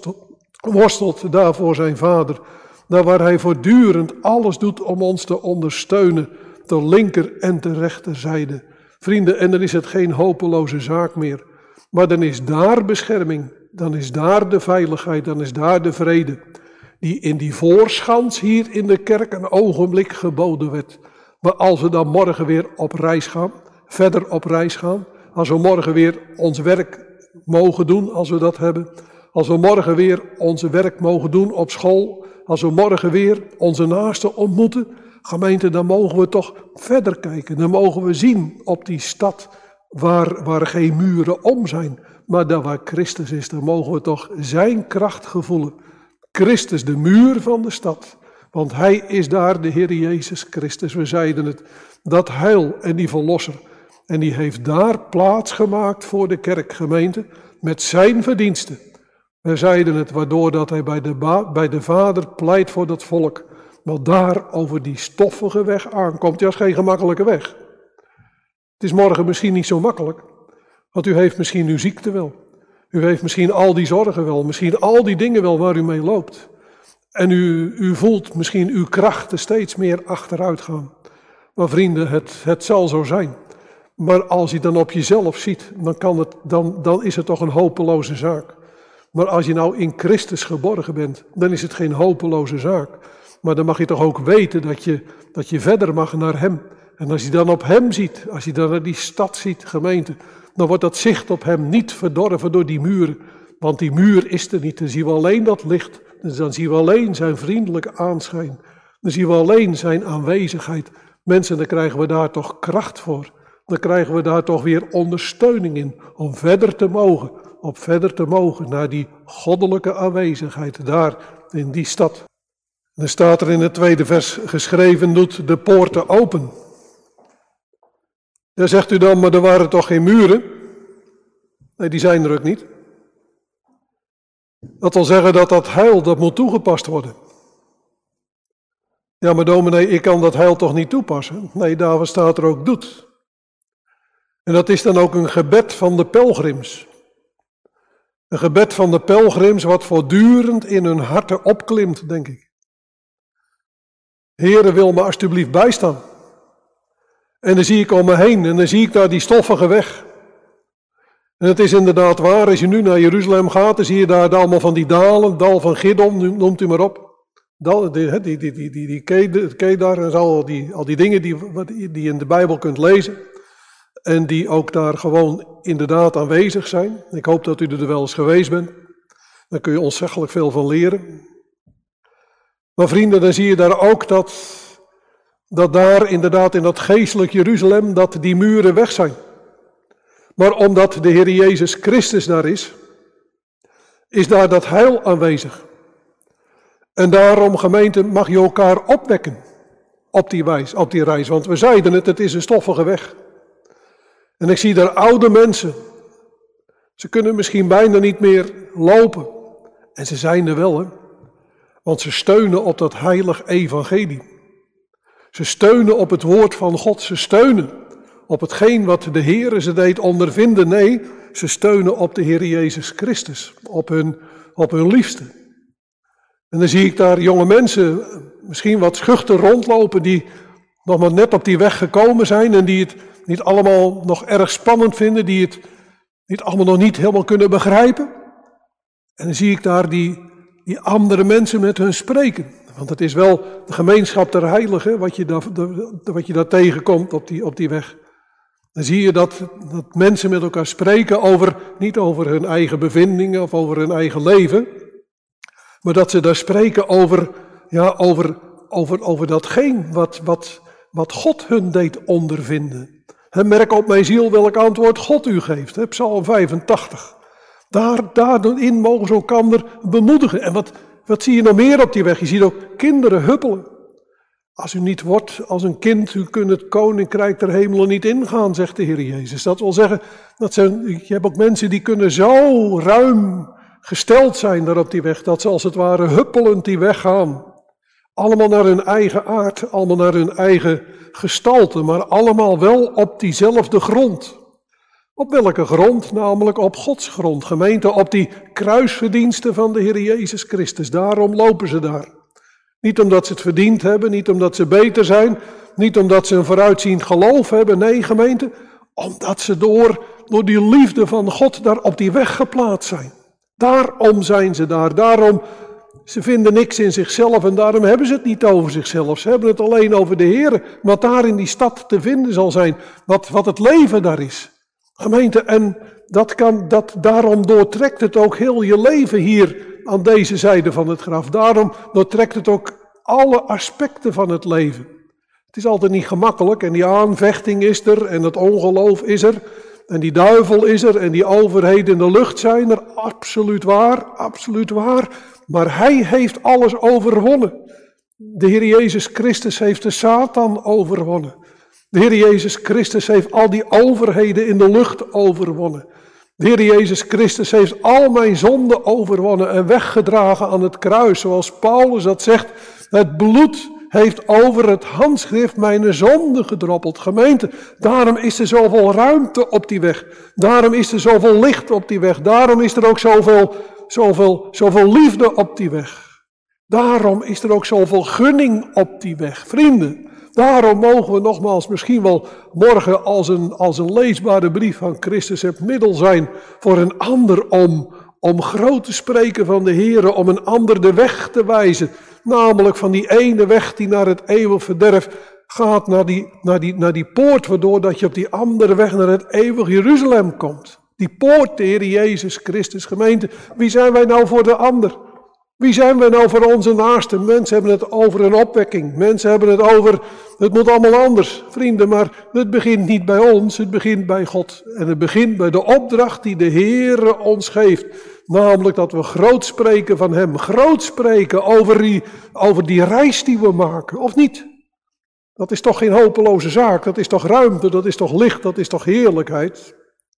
worstelt daar voor zijn Vader. Daar waar Hij voortdurend alles doet om ons te ondersteunen. Ter linker en ter rechterzijde. Vrienden, en dan is het geen hopeloze zaak meer. Maar dan is daar bescherming. Dan is daar de veiligheid. Dan is daar de vrede. Die in die voorschans hier in de kerk een ogenblik geboden werd. Maar als we dan morgen weer op reis gaan, verder op reis gaan, als we morgen weer ons werk mogen doen, als we dat hebben, als we morgen weer ons werk mogen doen op school, als we morgen weer onze naasten ontmoeten, gemeente, dan mogen we toch verder kijken. Dan mogen we zien op die stad waar geen muren om zijn, maar daar waar Christus is, dan mogen we toch zijn kracht gevoelen. Christus, de muur van de stad, want Hij is daar, de Heer Jezus Christus. We zeiden het, dat heil en die verlosser. En die heeft daar plaats gemaakt voor de kerkgemeente met zijn verdiensten. We zeiden het, waardoor dat Hij bij de Vader pleit voor dat volk. Wat daar over die stoffige weg aankomt. Ja, dat is geen gemakkelijke weg. Het is morgen misschien niet zo makkelijk, want u heeft misschien uw ziekte wel. U heeft misschien al die zorgen wel, misschien al die dingen wel waar u mee loopt. En u voelt misschien uw krachten steeds meer achteruit gaan. Maar vrienden, het zal zo zijn. Maar als je dan op jezelf ziet, dan is het toch een hopeloze zaak. Maar als je nou in Christus geborgen bent, dan is het geen hopeloze zaak. Maar dan mag je toch ook weten dat je verder mag naar Hem. En als je dan op hem ziet, als je dan naar die stad ziet, gemeente, dan wordt dat zicht op hem niet verdorven door die muren. Want die muur is er niet. Dan zien we alleen dat licht. Dan zien we alleen zijn vriendelijke aanschijn. Dan zien we alleen zijn aanwezigheid. Mensen, dan krijgen we daar toch kracht voor. Dan krijgen we daar toch weer ondersteuning in. Om verder te mogen naar die goddelijke aanwezigheid daar in die stad. Dan staat er in het tweede vers geschreven, doet de poorten open. Dan zegt u dan, maar er waren toch geen muren? Nee, die zijn er ook niet. Dat wil zeggen dat dat heil, dat moet toegepast worden. Ja, maar dominee, ik kan dat heil toch niet toepassen? Nee, daar staat er ook doet. En dat is dan ook een gebed van de pelgrims. Een gebed van de pelgrims wat voortdurend in hun harten opklimt, denk ik. Heere, wil me alsjeblieft bijstaan. En dan zie ik om me heen en dan zie ik daar die stoffige weg. En het is inderdaad waar, als je nu naar Jeruzalem gaat, dan zie je daar allemaal van die dalen, dal van Giddon, noemt u maar op. Die Kedar en al die dingen die je in de Bijbel kunt lezen. En die ook daar gewoon inderdaad aanwezig zijn. Ik hoop dat u er wel eens geweest bent. Daar kun je ontzettelijk veel van leren. Maar vrienden, dan zie je daar ook dat daar inderdaad in dat geestelijk Jeruzalem, dat die muren weg zijn. Maar omdat de Heer Jezus Christus daar is daar dat heil aanwezig. En daarom, gemeente, mag je elkaar opwekken op die reis. Want we zeiden het is een stoffige weg. En ik zie daar oude mensen. Ze kunnen misschien bijna niet meer lopen. En ze zijn er wel, hè. Want ze steunen op dat heilig evangelie. Ze steunen op het woord van God. Ze steunen op hetgeen wat de Heere ze deed ondervinden. Nee, ze steunen op de Heer Jezus Christus. Op hun liefste. En dan zie ik daar jonge mensen, misschien wat schuchter rondlopen, die nog maar net op die weg gekomen zijn en die het niet allemaal nog erg spannend vinden, die het niet allemaal nog niet helemaal kunnen begrijpen. En dan zie ik daar die andere mensen met hun spreken. Want het is wel de gemeenschap der heiligen wat je daar tegenkomt op die weg. Dan zie je dat mensen met elkaar spreken niet over hun eigen bevindingen of over hun eigen leven, maar dat ze daar spreken over datgene wat God hun deed ondervinden. Merk op mijn ziel welk antwoord God u geeft. Psalm 85. Daarin mogen ze elkaar bemoedigen. En wat zie je nog meer op die weg? Je ziet ook kinderen huppelen. Als u niet wordt als een kind, u kunt het koninkrijk der hemelen niet ingaan, zegt de Heer Jezus. Dat wil zeggen, je hebt ook mensen die kunnen zo ruim gesteld zijn daar op die weg, dat ze als het ware huppelend die weg gaan. Allemaal naar hun eigen aard, allemaal naar hun eigen gestalte, maar allemaal wel op diezelfde grond. Op welke grond? Namelijk op Gods grond, gemeente, op die kruisverdiensten van de Heer Jezus Christus. Daarom lopen ze daar. Niet omdat ze het verdiend hebben, niet omdat ze beter zijn, niet omdat ze een vooruitziend geloof hebben. Nee, gemeente, omdat ze door die liefde van God daar op die weg geplaatst zijn. Daarom zijn ze daar, daarom, ze vinden niks in zichzelf en daarom hebben ze het niet over zichzelf. Ze hebben het alleen over de Heer, wat daar in die stad te vinden zal zijn, wat het leven daar is. Gemeente, en daarom doortrekt het ook heel je leven hier aan deze zijde van het graf. Daarom doortrekt het ook alle aspecten van het leven. Het is altijd niet gemakkelijk en die aanvechting is er en het ongeloof is er. En die duivel is er en die overheden in de lucht zijn er, absoluut waar, absoluut waar. Maar hij heeft alles overwonnen. De Heer Jezus Christus heeft de Satan overwonnen. De Heer Jezus Christus heeft al die overheden in de lucht overwonnen. De Heer Jezus Christus heeft al mijn zonden overwonnen en weggedragen aan het kruis. Zoals Paulus dat zegt, het bloed heeft over het handschrift mijn zonden gedroppeld. Gemeente, daarom is er zoveel ruimte op die weg. Daarom is er zoveel licht op die weg. Daarom is er ook zoveel liefde op die weg. Daarom is er ook zoveel gunning op die weg. Vrienden, daarom mogen we nogmaals misschien wel morgen als een leesbare brief van Christus het middel zijn voor een ander om groot te spreken van de Heer, om een ander de weg te wijzen. Namelijk van die ene weg die naar het eeuwig verderf gaat naar die poort, waardoor dat je op die andere weg naar het eeuwig Jeruzalem komt. Die poort, de Heer Jezus Christus, gemeente. Wie zijn wij nou voor de ander? Wie zijn wij nou voor onze naasten? Mensen hebben het over een opwekking. Mensen hebben het over, het moet allemaal anders. Vrienden, maar het begint niet bij ons, het begint bij God. En het begint bij de opdracht die de Heer ons geeft. Namelijk dat we groot spreken van Hem. Groot spreken over die reis die we maken, of niet? Dat is toch geen hopeloze zaak, dat is toch ruimte, dat is toch licht, dat is toch heerlijkheid.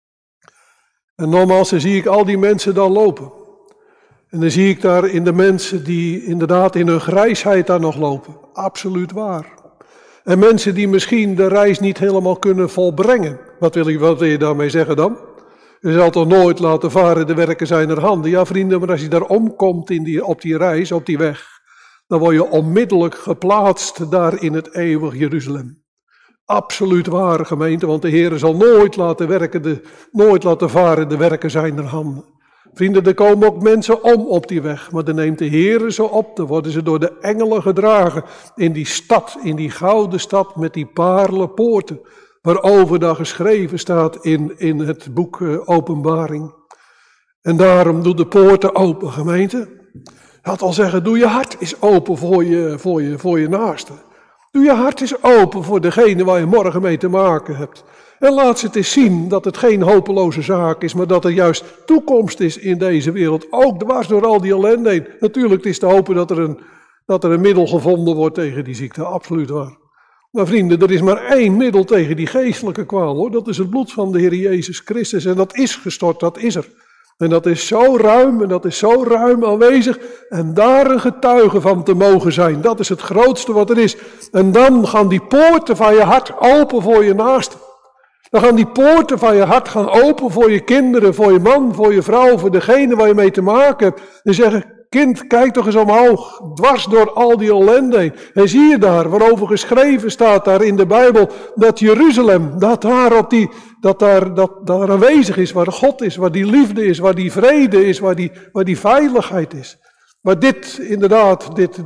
En nogmaals, dan zie ik al die mensen dan lopen. En dan zie ik daar in de mensen die inderdaad in hun grijsheid daar nog lopen. Absoluut waar. En mensen die misschien de reis niet helemaal kunnen volbrengen. Wat wil je daarmee zeggen dan? Je zal toch nooit laten varen, de werken zijn er handen. Ja vrienden, maar als je daar omkomt op die reis, op die weg, dan word je onmiddellijk geplaatst daar in het eeuwig Jeruzalem. Absoluut waar, gemeente, want de Heer zal nooit laten varen, de werken zijn er handen. Vrienden, er komen ook mensen om op die weg, maar dan neemt de Heer ze op, dan worden ze door de engelen gedragen in die stad, in die gouden stad met die parelen poorten, waarover daar geschreven staat in het boek Openbaring. En daarom doe de poorten open, gemeente. Dat wil zeggen, doe je hart eens open voor je naaste. Doe je hart eens open voor degene waar je morgen mee te maken hebt. En laat ze het eens zien dat het geen hopeloze zaak is, maar dat er juist toekomst is in deze wereld. Ook dwars door al die ellende heen. Natuurlijk, het is te hopen dat er een middel gevonden wordt tegen die ziekte, absoluut waar. Maar vrienden, er is maar één middel tegen die geestelijke kwaal, hoor. Dat is het bloed van de Heer Jezus Christus en dat is gestort, dat is er. En dat is zo ruim en dat is zo ruim aanwezig en daar een getuige van te mogen zijn. Dat is het grootste wat er is. En dan gaan die poorten van je hart open voor je naaste. Dan gaan die poorten van je hart gaan open voor je kinderen, voor je man, voor je vrouw, voor degene waar je mee te maken hebt. En zeggen, kind, kijk toch eens omhoog, dwars door al die ellende heen. En zie je daar, waarover geschreven staat daar in de Bijbel, dat Jeruzalem, dat daar aanwezig is, waar God is, waar die liefde is, waar die vrede is, waar die veiligheid is. Waar dit inderdaad,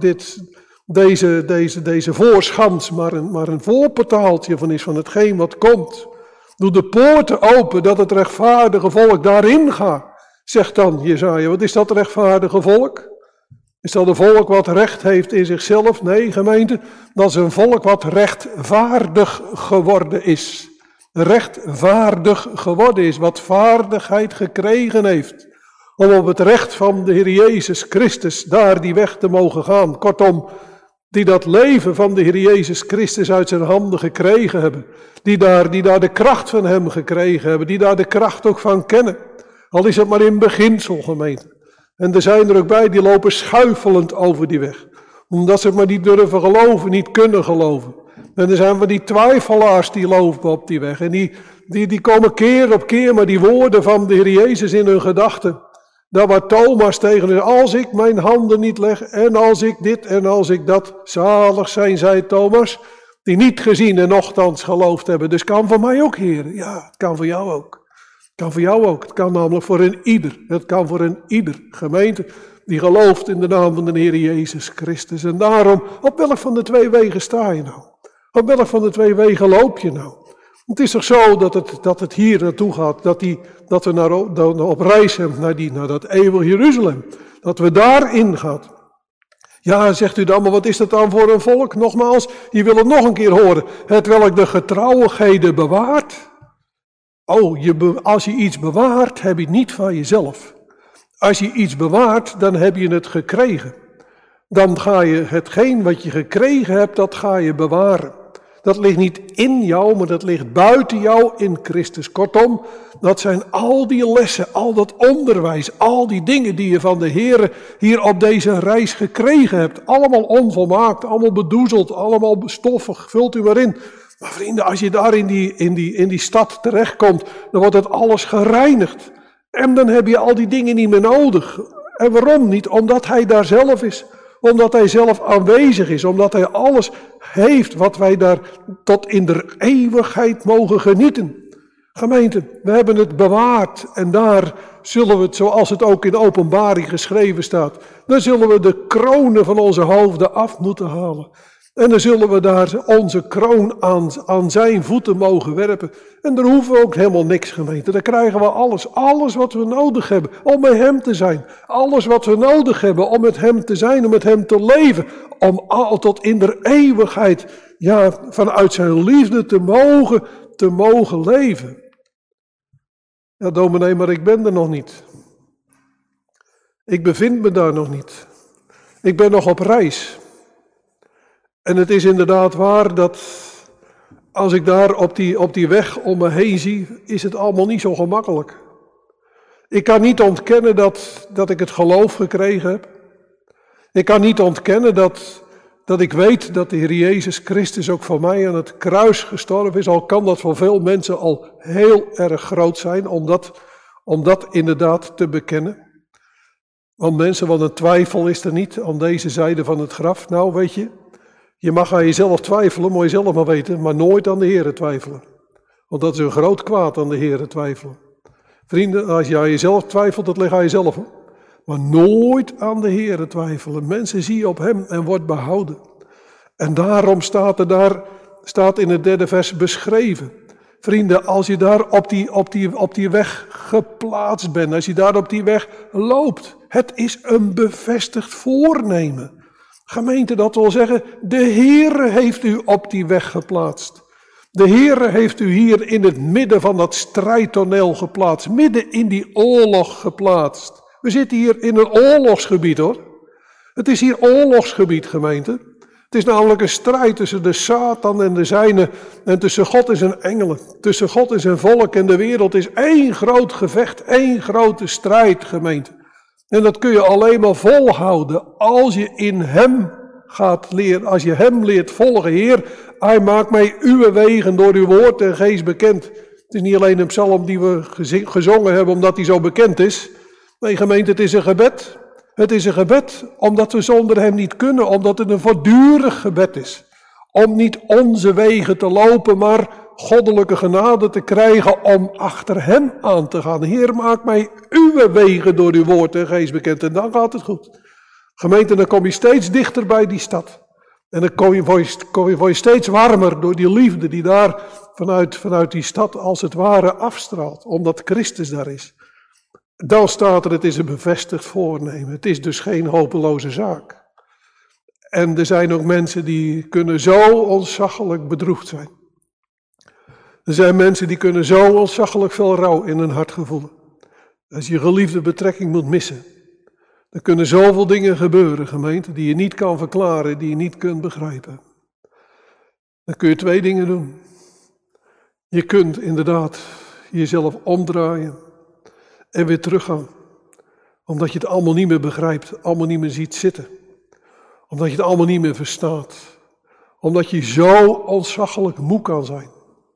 deze voorschans maar een voorportaaltje van is van hetgeen wat komt. Doe de poorten open, dat het rechtvaardige volk daarin gaat. Zegt dan Jesaja, wat is dat rechtvaardige volk? Is dat een volk wat recht heeft in zichzelf? Nee, gemeente, dat is een volk wat rechtvaardig geworden is. Rechtvaardig geworden is, wat vaardigheid gekregen heeft. Om op het recht van de Heer Jezus Christus daar die weg te mogen gaan. Kortom, die dat leven van de Heer Jezus Christus uit zijn handen gekregen hebben. Die daar de kracht van hem gekregen hebben. Die daar de kracht ook van kennen. Al is het maar in beginsel, gemeente. En er zijn er ook bij die lopen schuifelend over die weg. Omdat ze het maar niet durven geloven, niet kunnen geloven. En er zijn wel die twijfelaars die lopen op die weg. En die komen keer op keer maar die woorden van de Heer Jezus in hun gedachten. Daar waar Thomas tegen is, als ik mijn handen niet leg en als ik dit en als ik dat, zalig zijn zij Thomas, die niet gezien en nochtans geloofd hebben. Dus kan voor mij ook, Heer. Ja, het kan voor jou ook. Het kan voor jou ook. Het kan namelijk voor een ieder. Het kan voor een ieder gemeente die gelooft in de naam van de Heer Jezus Christus. En daarom, op welk van de twee wegen sta je nou? Op welk van de twee wegen loop je nou? Het is toch zo dat het hier naartoe gaat, dat we op reis zijn naar dat eeuwig Jeruzalem. Dat we daarin gaan. Ja, zegt u dan, maar wat is dat dan voor een volk? Nogmaals, je wil het nog een keer horen. Het welk de getrouwigheden bewaart. Oh, als je iets bewaart, heb je het niet van jezelf. Als je iets bewaart, dan heb je het gekregen. Dan ga je hetgeen wat je gekregen hebt, dat ga je bewaren. Dat ligt niet in jou, maar dat ligt buiten jou in Christus. Kortom, dat zijn al die lessen, al dat onderwijs, al die dingen die je van de Heer hier op deze reis gekregen hebt. Allemaal onvolmaakt, allemaal bedoezeld, allemaal stoffig, vult u maar in. Maar vrienden, als je daar in die stad terechtkomt, dan wordt het alles gereinigd. En dan heb je al die dingen niet meer nodig. En waarom niet? Omdat hij daar zelf is. Omdat hij zelf aanwezig is. Omdat hij alles heeft wat wij daar tot in de eeuwigheid mogen genieten. Gemeente, we hebben het bewaard. En daar zullen we het, zoals het ook in de Openbaring geschreven staat, dan zullen we de kronen van onze hoofden af moeten halen. En dan zullen we daar onze kroon aan zijn voeten mogen werpen. En daar hoeven we ook helemaal niks, gemeente. Dan krijgen we alles wat we nodig hebben om met hem te zijn. Alles wat we nodig hebben om met hem te zijn, om met hem te leven. Om tot in de eeuwigheid, vanuit zijn liefde te mogen leven. Ja, dominee, maar ik ben er nog niet. Ik bevind me daar nog niet. Ik ben nog op reis. En het is inderdaad waar dat als ik daar op die weg om me heen zie, is het allemaal niet zo gemakkelijk. Ik kan niet ontkennen dat ik het geloof gekregen heb. Ik kan niet ontkennen dat ik weet dat de Heer Jezus Christus ook voor mij aan het kruis gestorven is. Al kan dat voor veel mensen al heel erg groot zijn om dat inderdaad te bekennen. Want mensen, wat een twijfel is er niet aan deze zijde van het graf. Nou, weet je, je mag aan jezelf twijfelen, moet je zelf maar weten, maar nooit aan de Heere twijfelen. Want dat is een groot kwaad, aan de Heere twijfelen. Vrienden, als je aan jezelf twijfelt, dat ligt aan jezelf, hoor. Maar nooit aan de Heere twijfelen. Mensen, zie je op hem en wordt behouden. En daarom staat in het 3e vers beschreven. Vrienden, als je daar op die weg geplaatst bent, als je daar op die weg loopt, het is een bevestigd voornemen. Gemeente, dat wil zeggen, de Heere heeft u op die weg geplaatst. De Heere heeft u hier in het midden van dat strijdtoneel geplaatst, midden in die oorlog geplaatst. We zitten hier in een oorlogsgebied, hoor. Het is hier oorlogsgebied, gemeente. Het is namelijk een strijd tussen de Satan en de zijnen en tussen God en zijn engelen. Tussen God en zijn volk en de wereld is één groot gevecht, één grote strijd, gemeente. En dat kun je alleen maar volhouden als je in hem gaat leren, als je hem leert volgen. Heer, hij maakt mij uw wegen door uw woord en geest bekend. Het is niet alleen een psalm die we gezongen hebben omdat hij zo bekend is. Nee, gemeente, het is een gebed. Het is een gebed omdat we zonder hem niet kunnen, omdat het een voortdurend gebed is. Om niet onze wegen te lopen, maar goddelijke genade te krijgen om achter hem aan te gaan. Heer, maak mij uw wegen door uw woord en geest bekend en dan gaat het goed. Gemeente, dan kom je steeds dichter bij die stad. En dan word je steeds warmer door die liefde die daar vanuit die stad als het ware afstraalt. Omdat Christus daar is. Dan staat er, het is een bevestigd voornemen. Het is dus geen hopeloze zaak. En er zijn ook mensen die kunnen zo ontzaglijk bedroefd zijn. Er zijn mensen die kunnen zo ontzaglijk veel rouw in hun hart gevoelen. Als je geliefde betrekking moet missen. Er kunnen zoveel dingen gebeuren, gemeente, die je niet kan verklaren, die je niet kunt begrijpen. Dan kun je 2 dingen doen. Je kunt inderdaad jezelf omdraaien en weer teruggaan. Omdat je het allemaal niet meer begrijpt, allemaal niet meer ziet zitten. Omdat je het allemaal niet meer verstaat. Omdat je zo ontzaglijk moe kan zijn.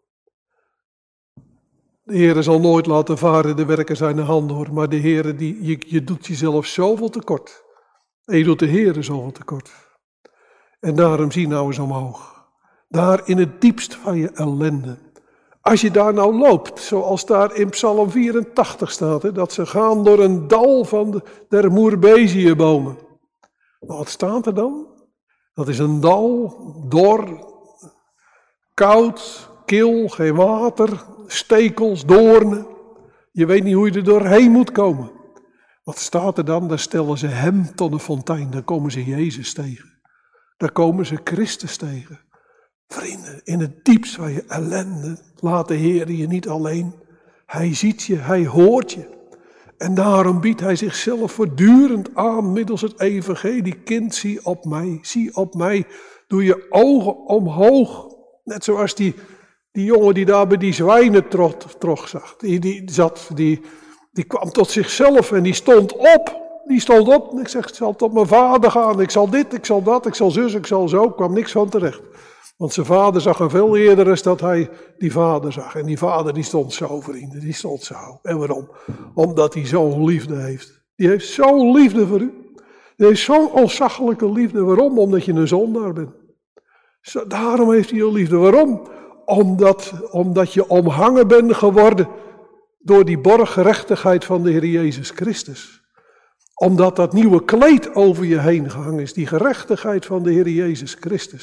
De Heer zal nooit laten varen de werken zijn handen, hoor. Maar de Heer, je doet jezelf zoveel tekort. En je doet de Heer zoveel tekort. En daarom zie nou eens omhoog. Daar in het diepst van je ellende. Als je daar nou loopt, zoals daar in Psalm 84 staat. Hè, dat ze gaan door een dal van der moerbeziëbomen. Maar wat staat er dan? Dat is een dal, dor, koud, kil, geen water, stekels, doornen. Je weet niet hoe je er doorheen moet komen. Wat staat er dan? Daar stellen ze hem tot een fontein. Daar komen ze Jezus tegen. Daar komen ze Christus tegen. Vrienden, in het diepst van je ellende laat de Heer je niet alleen. Hij ziet je, hij hoort je. En daarom biedt hij zichzelf voortdurend aan middels het evangelie. Kind, zie op mij. Doe je ogen omhoog. Net zoals die jongen die daar bij die zwijnen trog zag. Die kwam tot zichzelf en die stond op. En ik zeg, ik zal tot mijn vader gaan. Ik zal dit, ik zal dat, ik zal zus, ik zal zo. Er kwam niks van terecht. Want zijn vader zag hem veel eerder dan dat hij die vader zag. En die vader die stond zo, vrienden, die stond zo. En waarom? Omdat hij zo'n liefde heeft. Die heeft zo'n liefde voor u. Die heeft zo'n ontzaglijke liefde. Waarom? Omdat je een zondaar bent. Daarom heeft hij je liefde. Waarom? Omdat je omhangen bent geworden door die borggerechtigheid van de Heer Jezus Christus. Omdat dat nieuwe kleed over je heen gehangen is. Die gerechtigheid van de Heer Jezus Christus.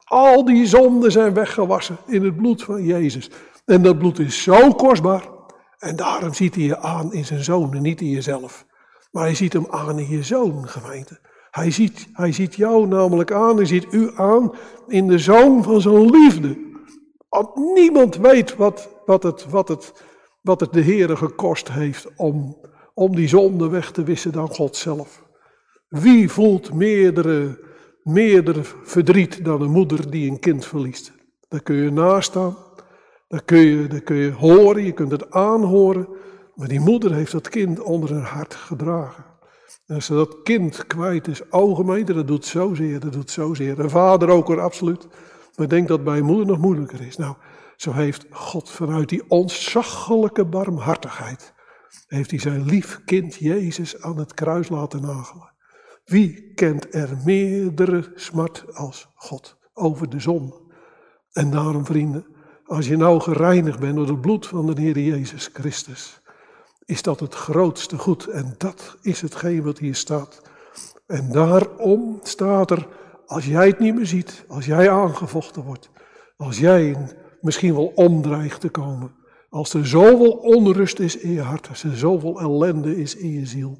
Al die zonden zijn weggewassen in het bloed van Jezus. En dat bloed is zo kostbaar. En daarom ziet hij je aan in zijn zoon en niet in jezelf. Maar hij ziet hem aan in je zoon, gemeente. Hij ziet jou namelijk aan, hij ziet u aan in de zoon van zijn liefde. Want niemand weet wat het de Heere gekost heeft om die zonde weg te wissen dan God zelf. Wie voelt meerdere verdriet dan een moeder die een kind verliest? Daar kun je naast staan, daar kun je horen, je kunt het aanhoren. Maar die moeder heeft dat kind onder haar hart gedragen. En als ze dat kind kwijt is, gemeente, dat doet zozeer. En vader ook hoor, absoluut. Maar ik denk dat bij een moeder nog moeilijker is. Nou, zo heeft God vanuit die ontzaglijke barmhartigheid, heeft hij zijn lief kind Jezus aan het kruis laten nagelen. Wie kent er meerdere smart als God over de zonde? En daarom, vrienden, als je nou gereinigd bent door het bloed van de Heer Jezus Christus, is dat het grootste goed. En dat is hetgeen wat hier staat. En daarom staat er, als jij het niet meer ziet, als jij aangevochten wordt, als jij misschien wel omdreigt te komen, als er zoveel onrust is in je hart, als er zoveel ellende is in je ziel,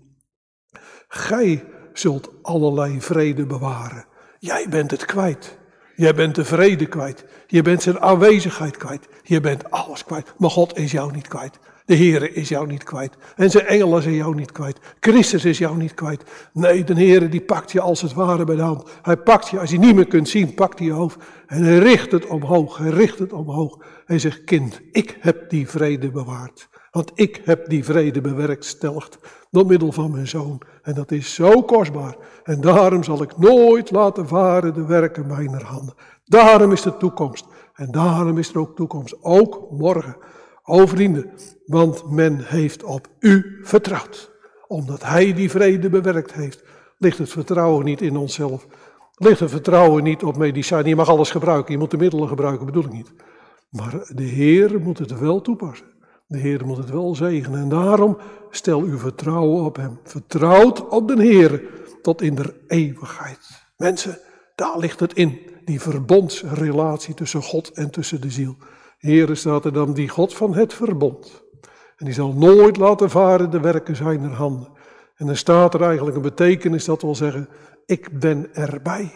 gij zult allerlei vrede bewaren. Jij bent het kwijt. Jij bent de vrede kwijt. Je bent zijn aanwezigheid kwijt. Je bent alles kwijt. Maar God is jou niet kwijt. De Heere is jou niet kwijt. En zijn engelen zijn jou niet kwijt. Christus is jou niet kwijt. Nee, de Heere die pakt je als het ware bij de hand. Hij pakt je, als je niet meer kunt zien, pakt hij je hoofd. En hij richt het omhoog. Hij richt het omhoog. Hij zegt, kind, ik heb die vrede bewaard. Want ik heb die vrede bewerkstelligd door middel van mijn zoon. En dat is zo kostbaar. En daarom zal ik nooit laten varen de werken mijner handen. Daarom is de toekomst. En daarom is er ook toekomst. Ook morgen. O vrienden, want men heeft op u vertrouwd. Omdat hij die vrede bewerkt heeft. Ligt het vertrouwen niet in onszelf. Ligt het vertrouwen niet op medicijnen. Je mag alles gebruiken. Je moet de middelen gebruiken, bedoel ik niet. Maar de Heer moet het wel toepassen. De Heer moet het wel zegenen. En daarom stel uw vertrouwen op hem. Vertrouwt op de Heer tot in de eeuwigheid. Mensen, daar ligt het in. Die verbondsrelatie tussen God en tussen de ziel. Heere, staat er dan, die God van het verbond. En die zal nooit laten varen de werken zijner handen. En dan staat er eigenlijk een betekenis dat wil zeggen, ik ben erbij.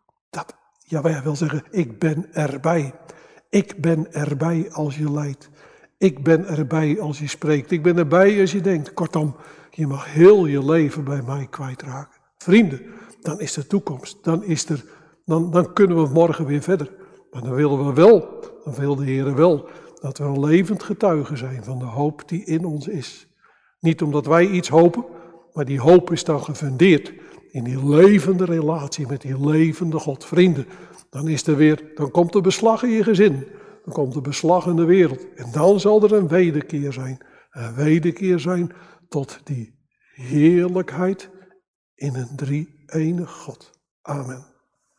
Wij wil zeggen, ik ben erbij. Ik ben erbij als je lijdt. Ik ben erbij als je spreekt. Ik ben erbij als je denkt. Kortom, je mag heel je leven bij mij kwijtraken. Vrienden, dan is er toekomst. Dan kunnen we morgen weer verder. Maar dan willen we wel, dan wil de Heer wel, dat we een levend getuige zijn van de hoop die in ons is. Niet omdat wij iets hopen, maar die hoop is dan gefundeerd in die levende relatie met die levende God. Vrienden, dan komt er beslag in je gezin. Dan komt er beslag in de wereld. En dan zal er een wederkeer zijn. Een wederkeer zijn tot die heerlijkheid in een drie-enig God. Amen.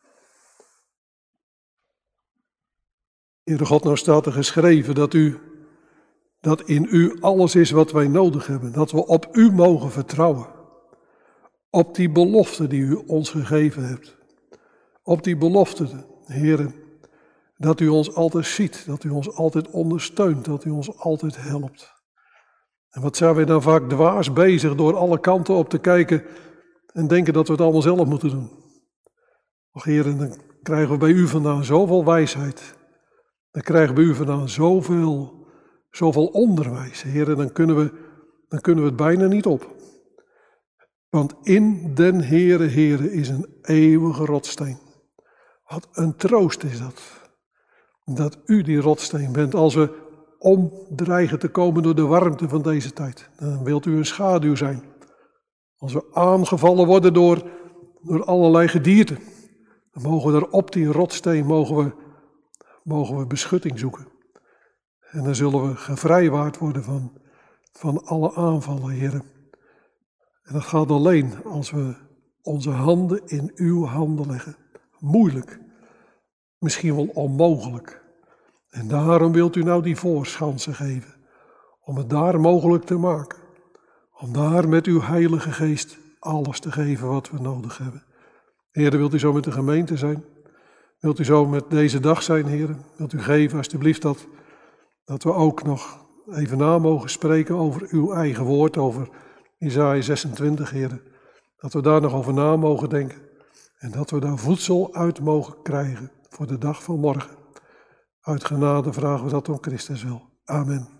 Heere God, nou staat er geschreven dat in u alles is wat wij nodig hebben. Dat we op u mogen vertrouwen. Op die belofte die u ons gegeven hebt. Op die belofte, Heere, dat u ons altijd ziet, dat u ons altijd ondersteunt, dat u ons altijd helpt. En wat zijn wij dan vaak dwaas bezig door alle kanten op te kijken en denken dat we het allemaal zelf moeten doen. Och Heere, dan krijgen we bij u vandaan zoveel wijsheid. Dan krijgen we bij u vandaan zoveel onderwijs. Heere, dan kunnen we het bijna niet op. Want in den Heere is een eeuwige rotsteen. Wat een troost is dat. Dat u die rotsteen bent. Als we omdreigen te komen door de warmte van deze tijd. Dan wilt u een schaduw zijn. Als we aangevallen worden door allerlei gedierten. Dan mogen we daar op die rotsteen mogen we beschutting zoeken. En dan zullen we gevrijwaard worden van alle aanvallen, Heer. En dat gaat alleen als we onze handen in uw handen leggen. Moeilijk. Misschien wel onmogelijk. En daarom wilt u nou die voorschansen geven. Om het daar mogelijk te maken. Om daar met uw Heilige Geest alles te geven wat we nodig hebben. Heer, wilt u zo met de gemeente zijn? Wilt u zo met deze dag zijn, heren? Wilt u geven alsjeblieft dat we ook nog even na mogen spreken over uw eigen woord, over Jesaja 26, heren. Dat we daar nog over na mogen denken en dat we daar voedsel uit mogen krijgen voor de dag van morgen. Uit genade vragen we dat om Christus wil. Amen.